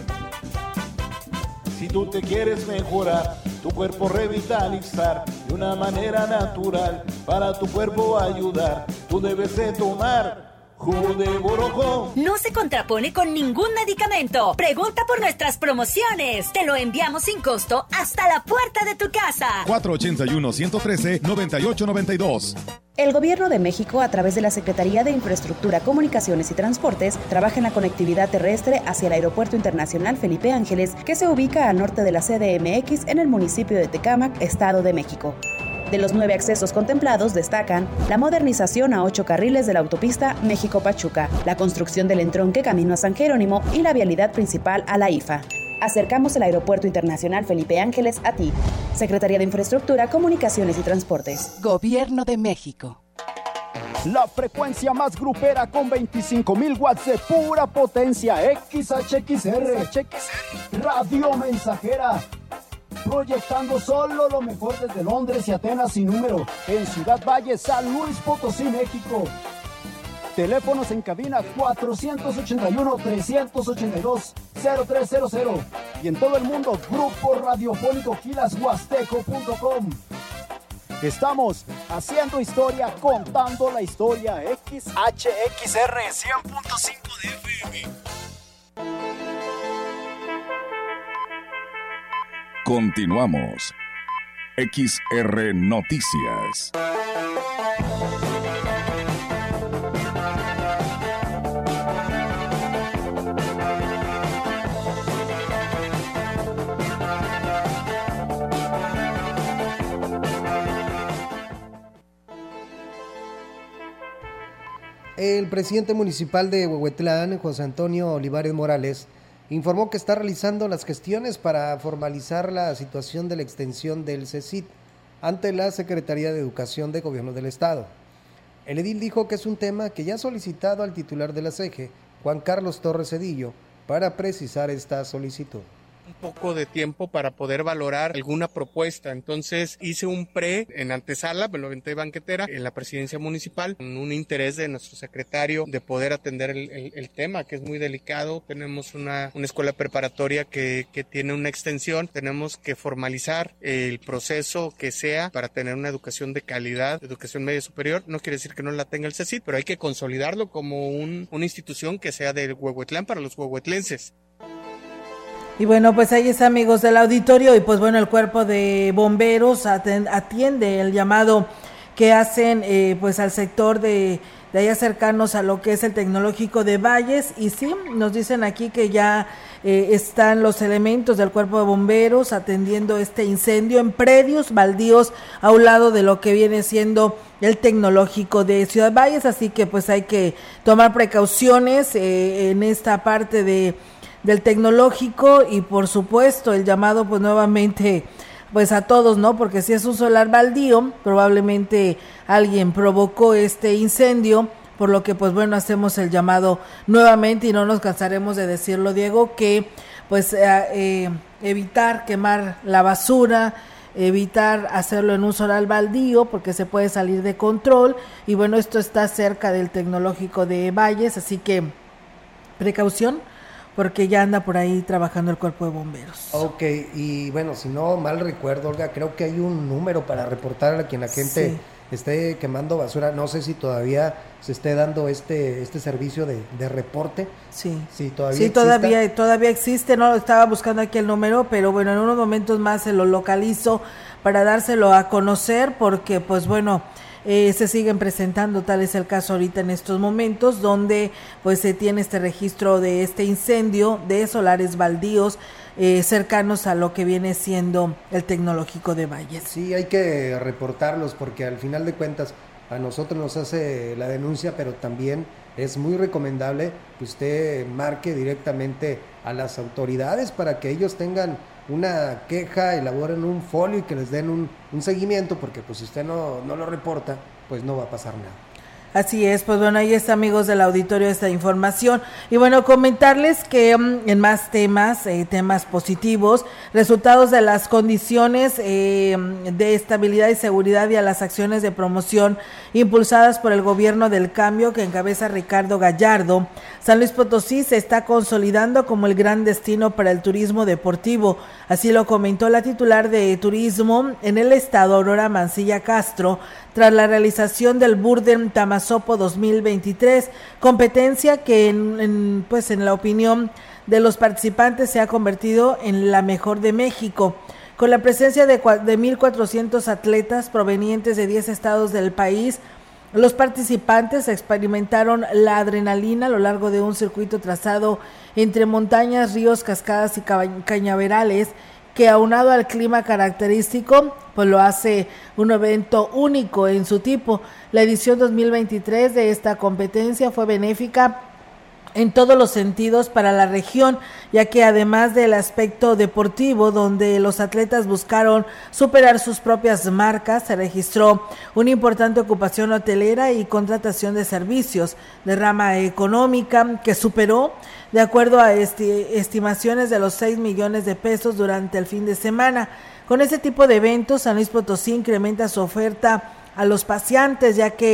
si tú te quieres mejorar, tu cuerpo revitalizar de una manera natural, para tu cuerpo ayudar, tú debes de tomar jugo de borojó. No se contrapone con ningún medicamento. Pregunta por nuestras promociones. Te lo enviamos sin costo hasta la puerta de tu casa. cuatro ochenta y uno, ciento trece, noventa y ocho noventa y dos. El Gobierno de México, a través de la Secretaría de Infraestructura, Comunicaciones y Transportes, trabaja en la conectividad terrestre hacia el Aeropuerto Internacional Felipe Ángeles, que se ubica al norte de la C D M X en el municipio de Tecámac, Estado de México. De los nueve accesos contemplados destacan la modernización a ocho carriles de la autopista México-Pachuca, la construcción del entronque camino a San Jerónimo y la vialidad principal a la I F A. Acercamos el Aeropuerto Internacional Felipe Ángeles a ti. Secretaría de Infraestructura, Comunicaciones y Transportes. Gobierno de México. La frecuencia más grupera con veinticinco mil watts de pura potencia. X H X R, Radio Mensajera. Proyectando solo lo mejor desde Londres y Atenas sin número. En Ciudad Valle, San Luis Potosí, México. Teléfonos en cabina cuatrocientos ochenta y uno, trescientos ochenta y dos, cero tres cero cero. Y en todo el mundo, Grupo Radiofónico Quilas Huasteco punto com. Estamos haciendo historia, contando la historia. X H X R cien punto cinco de F M. Continuamos. X R Noticias. El presidente municipal de Huehuetlán, José Antonio Olivares Morales, informó que está realizando las gestiones para formalizar la situación de la extensión del CECIT ante la Secretaría de Educación de Gobierno del Estado. El edil dijo que es un tema que ya ha solicitado al titular de la C E G E, Juan Carlos Torres Cedillo, para precisar esta solicitud. Un poco de tiempo para poder valorar alguna propuesta. Entonces hice un pre en antesala, me lo aventé banquetera en la presidencia municipal, con un interés de nuestro secretario de poder atender el, el, el tema, que es muy delicado. Tenemos una, una escuela preparatoria que, que tiene una extensión, tenemos que formalizar el proceso que sea para tener una educación de calidad, educación media superior. No quiere decir que no la tenga el CECIT, pero hay que consolidarlo como un, una institución que sea del Huehuetlán para los huehuetlenses. Y bueno, pues ahí está, amigos del auditorio, y pues bueno, el cuerpo de bomberos atiende el llamado que hacen eh, pues al sector de, de allá cercanos a lo que es el Tecnológico de Valles, y sí, nos dicen aquí que ya eh, están los elementos del cuerpo de bomberos atendiendo este incendio en predios baldíos a un lado de lo que viene siendo el Tecnológico de Ciudad Valles, así que pues hay que tomar precauciones eh, en esta parte de del Tecnológico, y por supuesto el llamado pues nuevamente pues a todos, ¿no? Porque si es un solar baldío, probablemente alguien provocó este incendio, por lo que pues bueno, hacemos el llamado nuevamente y no nos cansaremos de decirlo, Diego, que pues eh, eh, evitar quemar la basura, evitar hacerlo en un solar baldío porque se puede salir de control, y bueno, esto está cerca del Tecnológico de Valles, así que precaución, porque ya anda por ahí trabajando el cuerpo de bomberos. Ok, y bueno, si no mal recuerdo, Olga, creo que hay un número para reportar a quien la gente sí. esté quemando basura. No sé si todavía se esté dando este este servicio de, de reporte. Sí, sí, todavía sí todavía, todavía existe, no estaba buscando aquí el número, pero bueno, en unos momentos más se lo localizo para dárselo a conocer, porque pues bueno, Eh, se siguen presentando, tal es el caso ahorita en estos momentos, donde pues se tiene este registro de este incendio de solares baldíos eh, cercanos a lo que viene siendo el Tecnológico de Valles. Sí, hay que reportarlos porque al final de cuentas a nosotros nos hace la denuncia, pero también es muy recomendable que usted marque directamente a las autoridades para que ellos tengan una queja, elaboren un folio y que les den un, un seguimiento, porque pues si usted no, no lo reporta, pues no va a pasar nada. Así es, pues bueno, ahí está, amigos del auditorio, esta información. Y bueno, comentarles que um, en más temas, eh, temas positivos, resultados de las condiciones eh, de estabilidad y seguridad y a las acciones de promoción impulsadas por el gobierno del cambio que encabeza Ricardo Gallardo, San Luis Potosí se está consolidando como el gran destino para el turismo deportivo. Así lo comentó la titular de turismo en el estado, Aurora Mancilla Castro, tras la realización del Burden Tamazopo dos mil veintitrés, competencia que en, en, pues en la opinión de los participantes se ha convertido en la mejor de México. Con la presencia de, de mil cuatrocientos atletas provenientes de diez estados del país, los participantes experimentaron la adrenalina a lo largo de un circuito trazado entre montañas, ríos, cascadas y cañaverales, que aunado al clima característico, pues lo hace un evento único en su tipo. La edición dos mil veintitrés de esta competencia fue benéfica en todos los sentidos para la región, ya que además del aspecto deportivo, donde los atletas buscaron superar sus propias marcas, se registró una importante ocupación hotelera y contratación de servicios de rama económica que superó, de acuerdo a esti- estimaciones, de los seis millones de pesos durante el fin de semana. Con este tipo de eventos, San Luis Potosí incrementa su oferta a los paseantes, ya que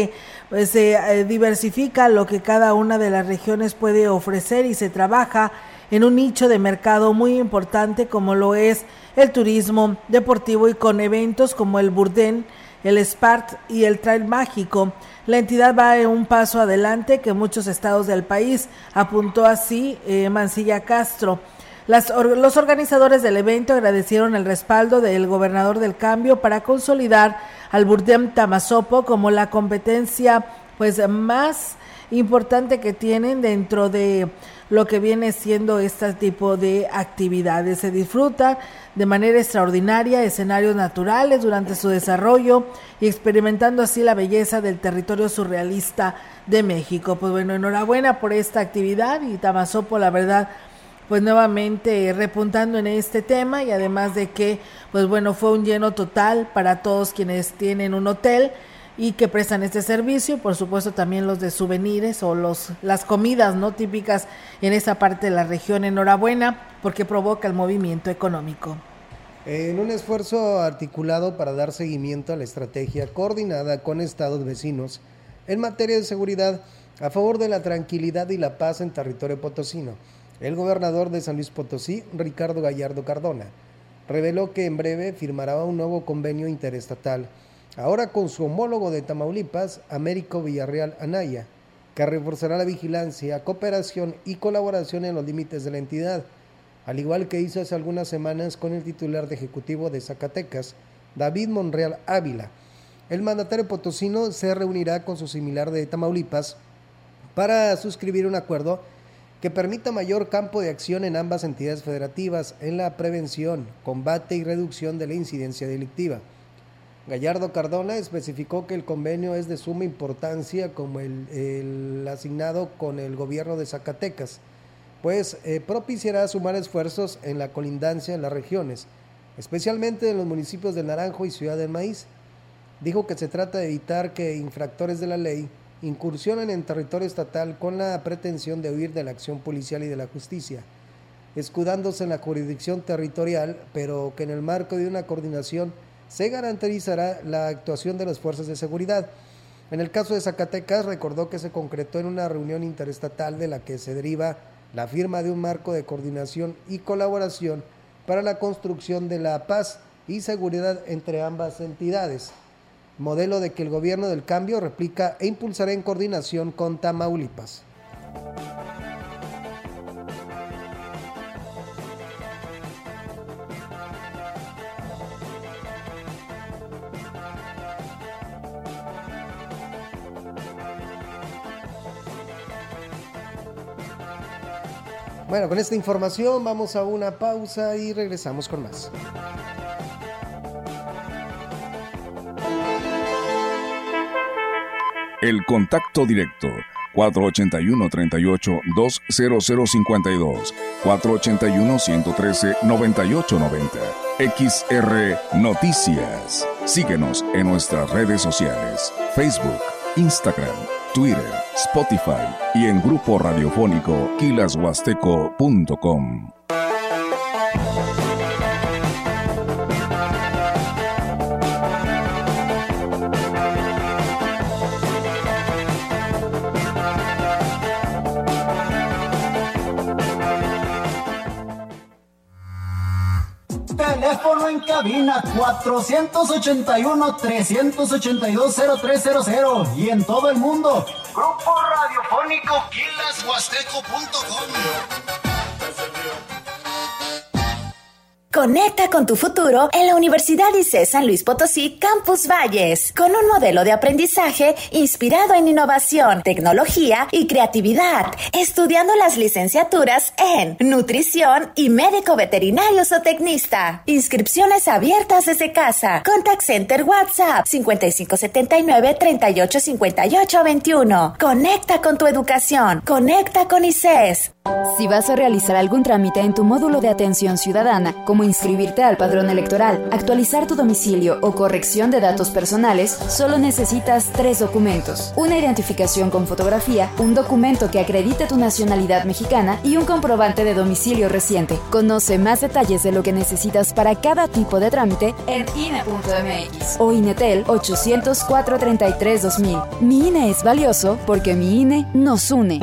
pues se eh, diversifica lo que cada una de las regiones puede ofrecer y se trabaja en un nicho de mercado muy importante como lo es el turismo deportivo y con eventos como el Burdén, el Spart y el Trail Mágico. La entidad va en un paso adelante que muchos estados del país, apuntó así eh, Mancilla Castro. Las, or, los organizadores del evento agradecieron el respaldo del gobernador del cambio para consolidar al Burdén Tamazopo como la competencia pues más importante que tienen dentro de lo que viene siendo este tipo de actividades. Se disfruta de manera extraordinaria escenarios naturales durante su desarrollo y experimentando así la belleza del territorio surrealista de México. Pues bueno, enhorabuena por esta actividad y Tamazopo, la verdad, pues nuevamente repuntando en este tema y además de que, pues bueno, fue un lleno total para todos quienes tienen un hotel y que prestan este servicio, y por supuesto también los de souvenirs o los las comidas no típicas en esa parte de la región. Enhorabuena porque provoca el movimiento económico. En un esfuerzo articulado para dar seguimiento a la estrategia coordinada con estados vecinos en materia de seguridad a favor de la tranquilidad y la paz en territorio potosino, el gobernador de San Luis Potosí, Ricardo Gallardo Cardona, reveló que en breve firmará un nuevo convenio interestatal, ahora con su homólogo de Tamaulipas, Américo Villarreal Anaya, que reforzará la vigilancia, cooperación y colaboración en los límites de la entidad, al igual que hizo hace algunas semanas con el titular de Ejecutivo de Zacatecas, David Monreal Ávila. El mandatario potosino se reunirá con su similar de Tamaulipas para suscribir un acuerdo que permita mayor campo de acción en ambas entidades federativas en la prevención, combate y reducción de la incidencia delictiva. Gallardo Cardona especificó que el convenio es de suma importancia como el, el asignado con el gobierno de Zacatecas, pues eh, propiciará sumar esfuerzos en la colindancia en las regiones, especialmente en los municipios de Naranjo y Ciudad del Maíz. Dijo que se trata de evitar que infractores de la ley incursionen en territorio estatal con la pretensión de huir de la acción policial y de la justicia, escudándose en la jurisdicción territorial, pero que en el marco de una coordinación se garantizará la actuación de las fuerzas de seguridad. En el caso de Zacatecas, recordó que se concretó en una reunión interestatal de la que se deriva la firma de un marco de coordinación y colaboración para la construcción de la paz y seguridad entre ambas entidades, modelo de que el gobierno del cambio replica e impulsará en coordinación con Tamaulipas. Bueno, con esta información vamos a una pausa y regresamos con más. El contacto directo cuatro ochenta y uno, treinta y ocho, dos cero cero cincuenta y dos, cuatro ochenta y uno, ciento trece, noventa y ocho noventa. X R Noticias. Síguenos en nuestras redes sociales: Facebook, Instagram, Twitter, Spotify y en grupo radiofónico quilas huasteco punto com. Teléfono en cabina cuatrocientos ochenta y uno, trescientos ochenta y dos, cero tres cero cero y en todo el mundo. Grupo radiofónico quilas huasteco punto com. Conecta con tu futuro en la Universidad I C E San Luis Potosí Campus Valles, con un modelo de aprendizaje inspirado en innovación, tecnología y creatividad, estudiando las licenciaturas en nutrición y médico veterinario zootecnista. Inscripciones abiertas desde casa. Contact Center WhatsApp cincuenta y cinco setenta y nueve, treinta y ocho cincuenta y ocho veintiuno. Conecta con tu educación. Conecta con I C E S. Si vas a realizar algún trámite en tu módulo de atención ciudadana, como inscribirte al padrón electoral, actualizar tu domicilio o corrección de datos personales, solo necesitas tres documentos: una identificación con fotografía, un documento que acredite tu nacionalidad mexicana y un comprobante de domicilio reciente. Conoce más detalles de lo que necesitas para cada tipo de trámite en I N E punto M X o INETEL ochocientos cuatro treinta y tres dos mil. Mi I N E es valioso porque mi I N E nos une.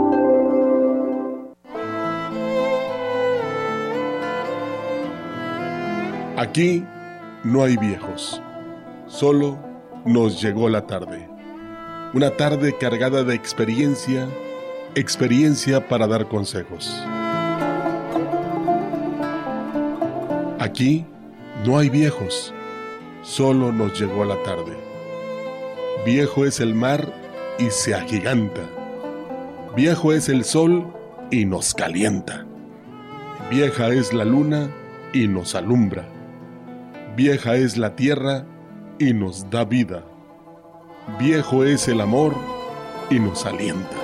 Aquí no hay viejos, solo nos llegó la tarde. Una tarde cargada de experiencia, experiencia para dar consejos. Aquí no hay viejos, solo nos llegó la tarde. Viejo es el mar y se agiganta. Viejo es el sol y nos calienta. Vieja es la luna y nos alumbra. Vieja es la tierra y nos da vida. Viejo es el amor y nos alienta.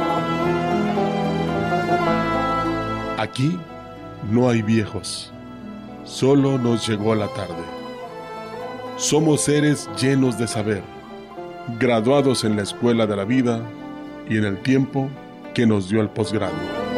Aquí no hay viejos, solo nos llegó la tarde. Somos seres llenos de saber, graduados en la escuela de la vida y en el tiempo que nos dio el posgrado.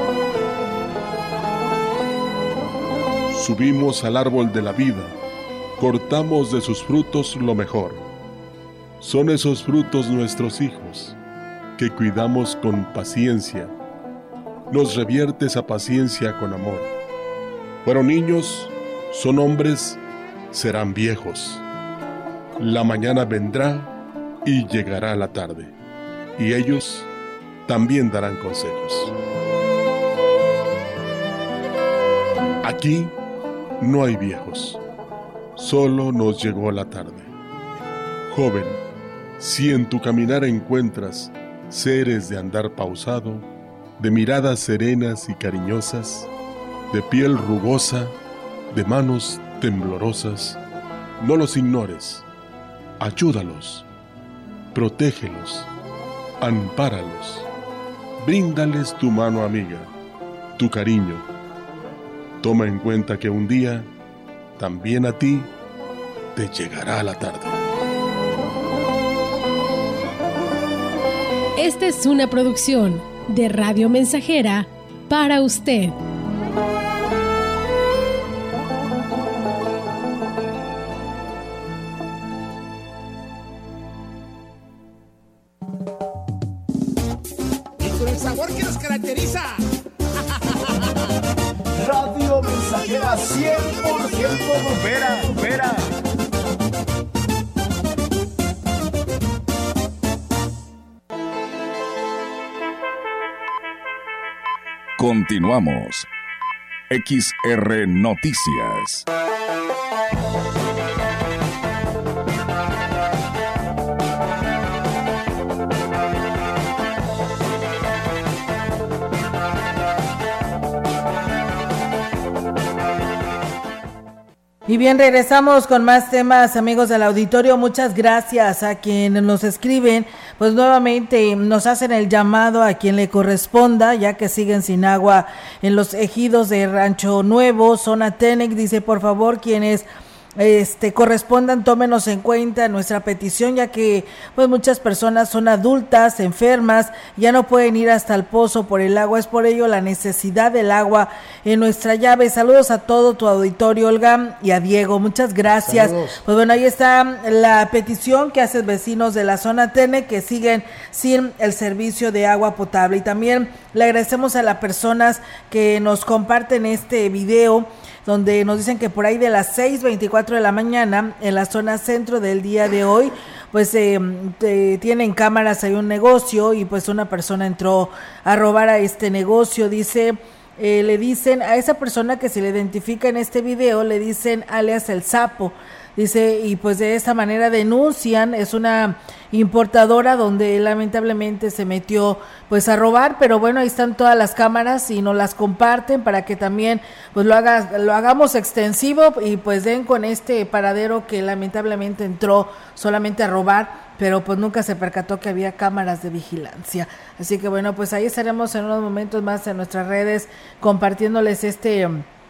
Subimos al árbol de la vida, cortamos de sus frutos lo mejor. Son esos frutos nuestros hijos, que cuidamos con paciencia. Nos revierte esa paciencia con amor. Fueron niños, son hombres, serán viejos. La mañana vendrá y llegará la tarde, y ellos también darán consejos. Aquí no hay viejos, solo nos llegó la tarde. Joven, si en tu caminar encuentras seres de andar pausado, de miradas serenas y cariñosas, de piel rugosa, de manos temblorosas, no los ignores, ayúdalos, protégelos, ampáralos, bríndales tu mano amiga, tu cariño. Toma en cuenta que un día también a ti te llegará la tarde. Esta es una producción de Radio Mensajera para usted. Y con el sabor que nos caracteriza. Radio Mensajera cien por ciento grupera, grupera. Continuamos. X R Noticias. Y bien, regresamos con más temas, amigos del auditorio. Muchas gracias a quienes nos escriben. Pues nuevamente nos hacen el llamado a quien le corresponda, ya que siguen sin agua en los ejidos de Rancho Nuevo, zona Tenec. Dice, por favor, quienes este correspondan, tómenos en cuenta nuestra petición, ya que pues muchas personas son adultas, enfermas, ya no pueden ir hasta el pozo por el agua. Es por ello la necesidad del agua en nuestra llave. Saludos a todo tu auditorio, Olga, y a Diego, muchas gracias. Saludos. Pues bueno, ahí está la petición que hacen vecinos de la zona Tene, que siguen sin el servicio de agua potable. Y también le agradecemos a las personas que nos comparten este video, donde nos dicen que por ahí de las seis veinticuatro de la mañana, en la zona centro del día de hoy, pues eh, eh, tienen cámaras, hay un negocio y pues una persona entró a robar a este negocio. Dice, eh, le dicen a esa persona que se le identifica en este video, le dicen alias el sapo. Dice, y pues de esta manera denuncian, es una importadora donde lamentablemente se metió pues a robar, pero bueno, ahí están todas las cámaras y nos las comparten para que también pues lo haga, lo hagamos extensivo y pues den con este paradero que lamentablemente entró solamente a robar, pero pues nunca se percató que había cámaras de vigilancia. Así que bueno, pues ahí estaremos en unos momentos más en nuestras redes compartiéndoles este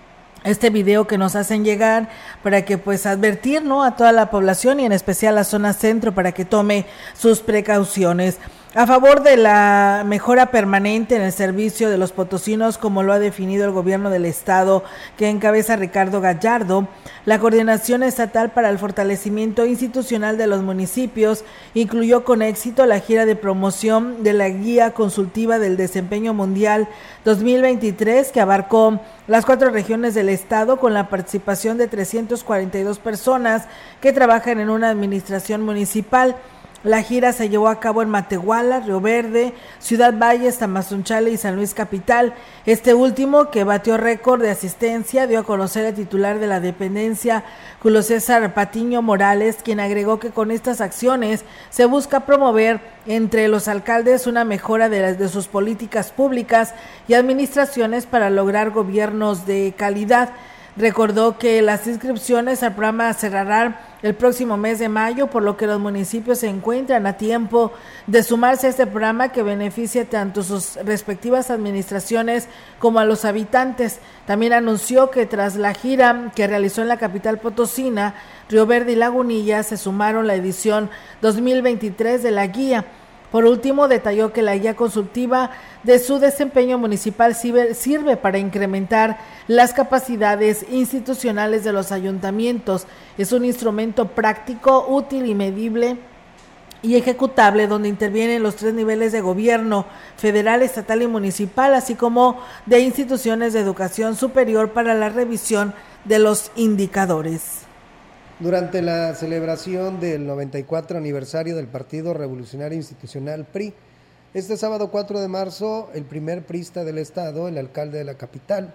este video que nos hacen llegar para que pues advertir, ¿no?, a toda la población y en especial a la zona centro para que tome sus precauciones. A favor de la mejora permanente en el servicio de los potosinos, como lo ha definido el gobierno del estado que encabeza Ricardo Gallardo, la Coordinación Estatal para el Fortalecimiento Institucional de los Municipios incluyó con éxito la gira de promoción de la Guía Consultiva del Desempeño Mundial dos mil veintitrés, que abarcó las cuatro regiones del estado con la participación de trescientas cuarenta y dos personas que trabajan en una administración municipal. La gira se llevó a cabo en Matehuala, Río Verde, Ciudad Valles, Tamazunchale y San Luis Capital. Este último, que batió récord de asistencia, dio a conocer el titular de la dependencia, Julio César Patiño Morales, quien agregó que con estas acciones se busca promover entre los alcaldes una mejora de, las, de sus políticas públicas y administraciones para lograr gobiernos de calidad. Recordó que las inscripciones al programa cerrarán el próximo mes de mayo, por lo que los municipios se encuentran a tiempo de sumarse a este programa que beneficia tanto sus respectivas administraciones como a los habitantes. También anunció que tras la gira que realizó en la capital potosina, Río Verde y Lagunilla se sumaron la edición dos mil veintitrés de la guía. Por último, detalló que la guía consultiva de su desempeño municipal sirve para incrementar las capacidades institucionales de los ayuntamientos. Es un instrumento práctico, útil y medible y ejecutable, donde intervienen los tres niveles de gobierno, federal, estatal y municipal, así como de instituciones de educación superior para la revisión de los indicadores. Durante la celebración del noventa y cuatro aniversario del Partido Revolucionario Institucional P R I, este sábado cuatro de marzo, el primer priista del estado, el alcalde de la capital,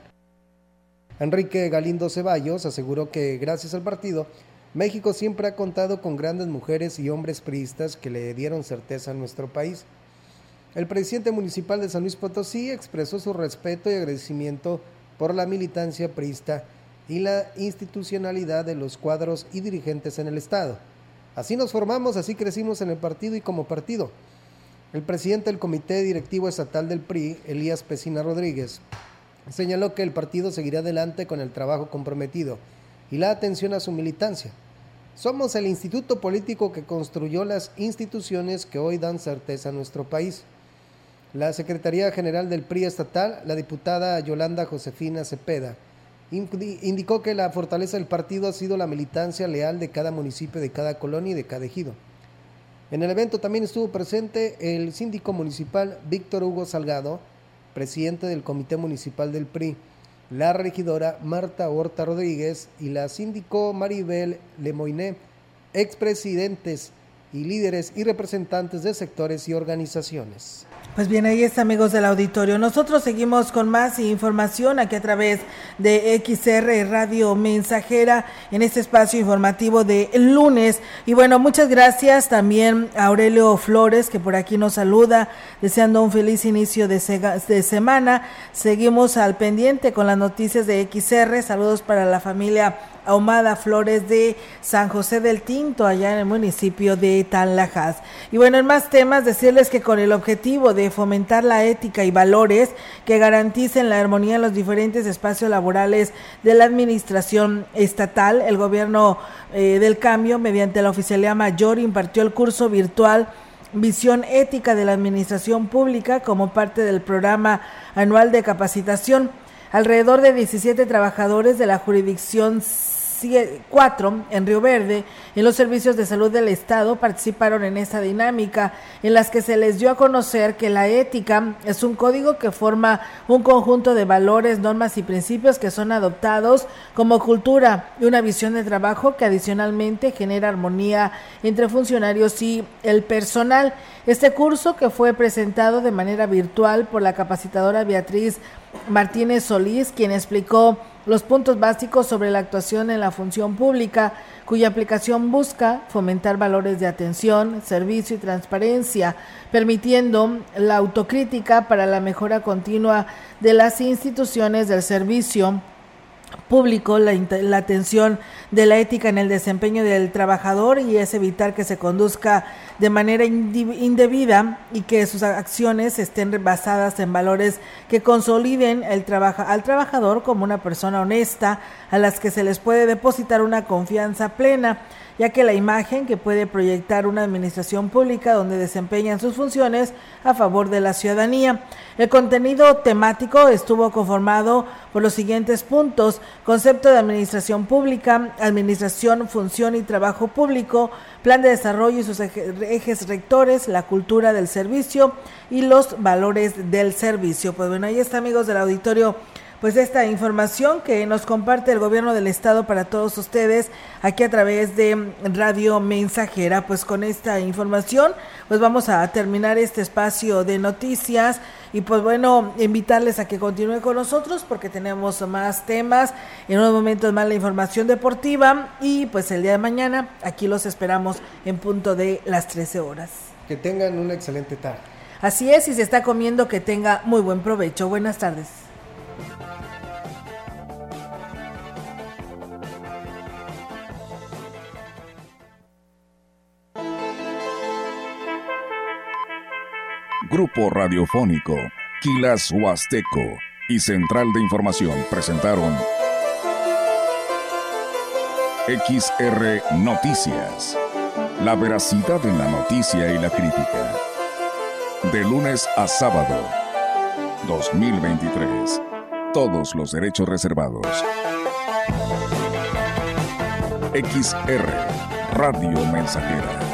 Enrique Galindo Ceballos, aseguró que gracias al partido, México siempre ha contado con grandes mujeres y hombres priistas que le dieron certeza a nuestro país. El presidente municipal de San Luis Potosí expresó su respeto y agradecimiento por la militancia priista y la institucionalidad de los cuadros y dirigentes en el estado. Así nos formamos, así crecimos en el partido y como partido. El presidente del Comité Directivo Estatal del P R I, Elías Pesina Rodríguez, señaló que el partido seguirá adelante con el trabajo comprometido y la atención a su militancia. Somos el instituto político que construyó las instituciones que hoy dan certeza a nuestro país. La Secretaría General del P R I estatal, la diputada Yolanda Josefina Cepeda, indicó que la fortaleza del partido ha sido la militancia leal de cada municipio, de cada colonia y de cada ejido. En el evento también estuvo presente el síndico municipal Víctor Hugo Salgado, presidente del Comité Municipal del P R I, la regidora Marta Horta Rodríguez y la síndico Maribel Lemoiné, expresidentes y líderes y representantes de sectores y organizaciones. Pues bien, ahí está, amigos del auditorio. Nosotros seguimos con más información aquí a través de X R Radio Mensajera en este espacio informativo de lunes. Y bueno, muchas gracias también a Aurelio Flores, que por aquí nos saluda, deseando un feliz inicio de, sega, de semana. Seguimos al pendiente con las noticias de X R. Saludos para la familia Ahumada Flores de San José del Tinto, allá en el municipio de Tanlajas. Y bueno, en más temas, decirles que con el objetivo de fomentar la ética y valores que garanticen la armonía en los diferentes espacios laborales de la administración estatal, el gobierno eh, del cambio, mediante la Oficialía Mayor, impartió el curso virtual Visión Ética de la Administración Pública como parte del programa anual de capacitación. Alrededor de diecisiete trabajadores de la jurisdicción cuatro en Río Verde, en los servicios de salud del estado, participaron en esta dinámica, en las que se les dio a conocer que la ética es un código que forma un conjunto de valores, normas y principios que son adoptados como cultura y una visión de trabajo que adicionalmente genera armonía entre funcionarios y el personal. Este curso, que fue presentado de manera virtual por la capacitadora Beatriz Martínez Solís, quien explicó los puntos básicos sobre la actuación en la función pública, cuya aplicación busca fomentar valores de atención, servicio y transparencia, permitiendo la autocrítica para la mejora continua de las instituciones del servicio público, la, la atención de la ética en el desempeño del trabajador, y es evitar que se conduzca de manera indebida y que sus acciones estén basadas en valores que consoliden el trabajo al trabajador como una persona honesta a las que se les puede depositar una confianza plena, ya que la imagen que puede proyectar una administración pública donde desempeñan sus funciones a favor de la ciudadanía. El contenido temático estuvo conformado por los siguientes puntos: concepto de administración pública, administración, función y trabajo público, plan de desarrollo y sus ejes rectores, la cultura del servicio y los valores del servicio. Pues bueno, ahí está, amigos del auditorio, pues esta información que nos comparte el gobierno del estado para todos ustedes aquí a través de Radio Mensajera. Pues con esta información pues vamos a terminar este espacio de noticias y pues bueno, invitarles a que continúen con nosotros porque tenemos más temas, en unos momentos más la información deportiva y pues el día de mañana aquí los esperamos en punto de las trece horas. Que tengan una excelente tarde. Así es, y se está comiendo, que tenga muy buen provecho. Buenas tardes. Grupo Radiofónico, Quilas Huasteco y Central de Información presentaron X R Noticias. La veracidad en la noticia y la crítica. De lunes a sábado, dos mil veintitrés. Todos los derechos reservados. X R Radio Mensajera.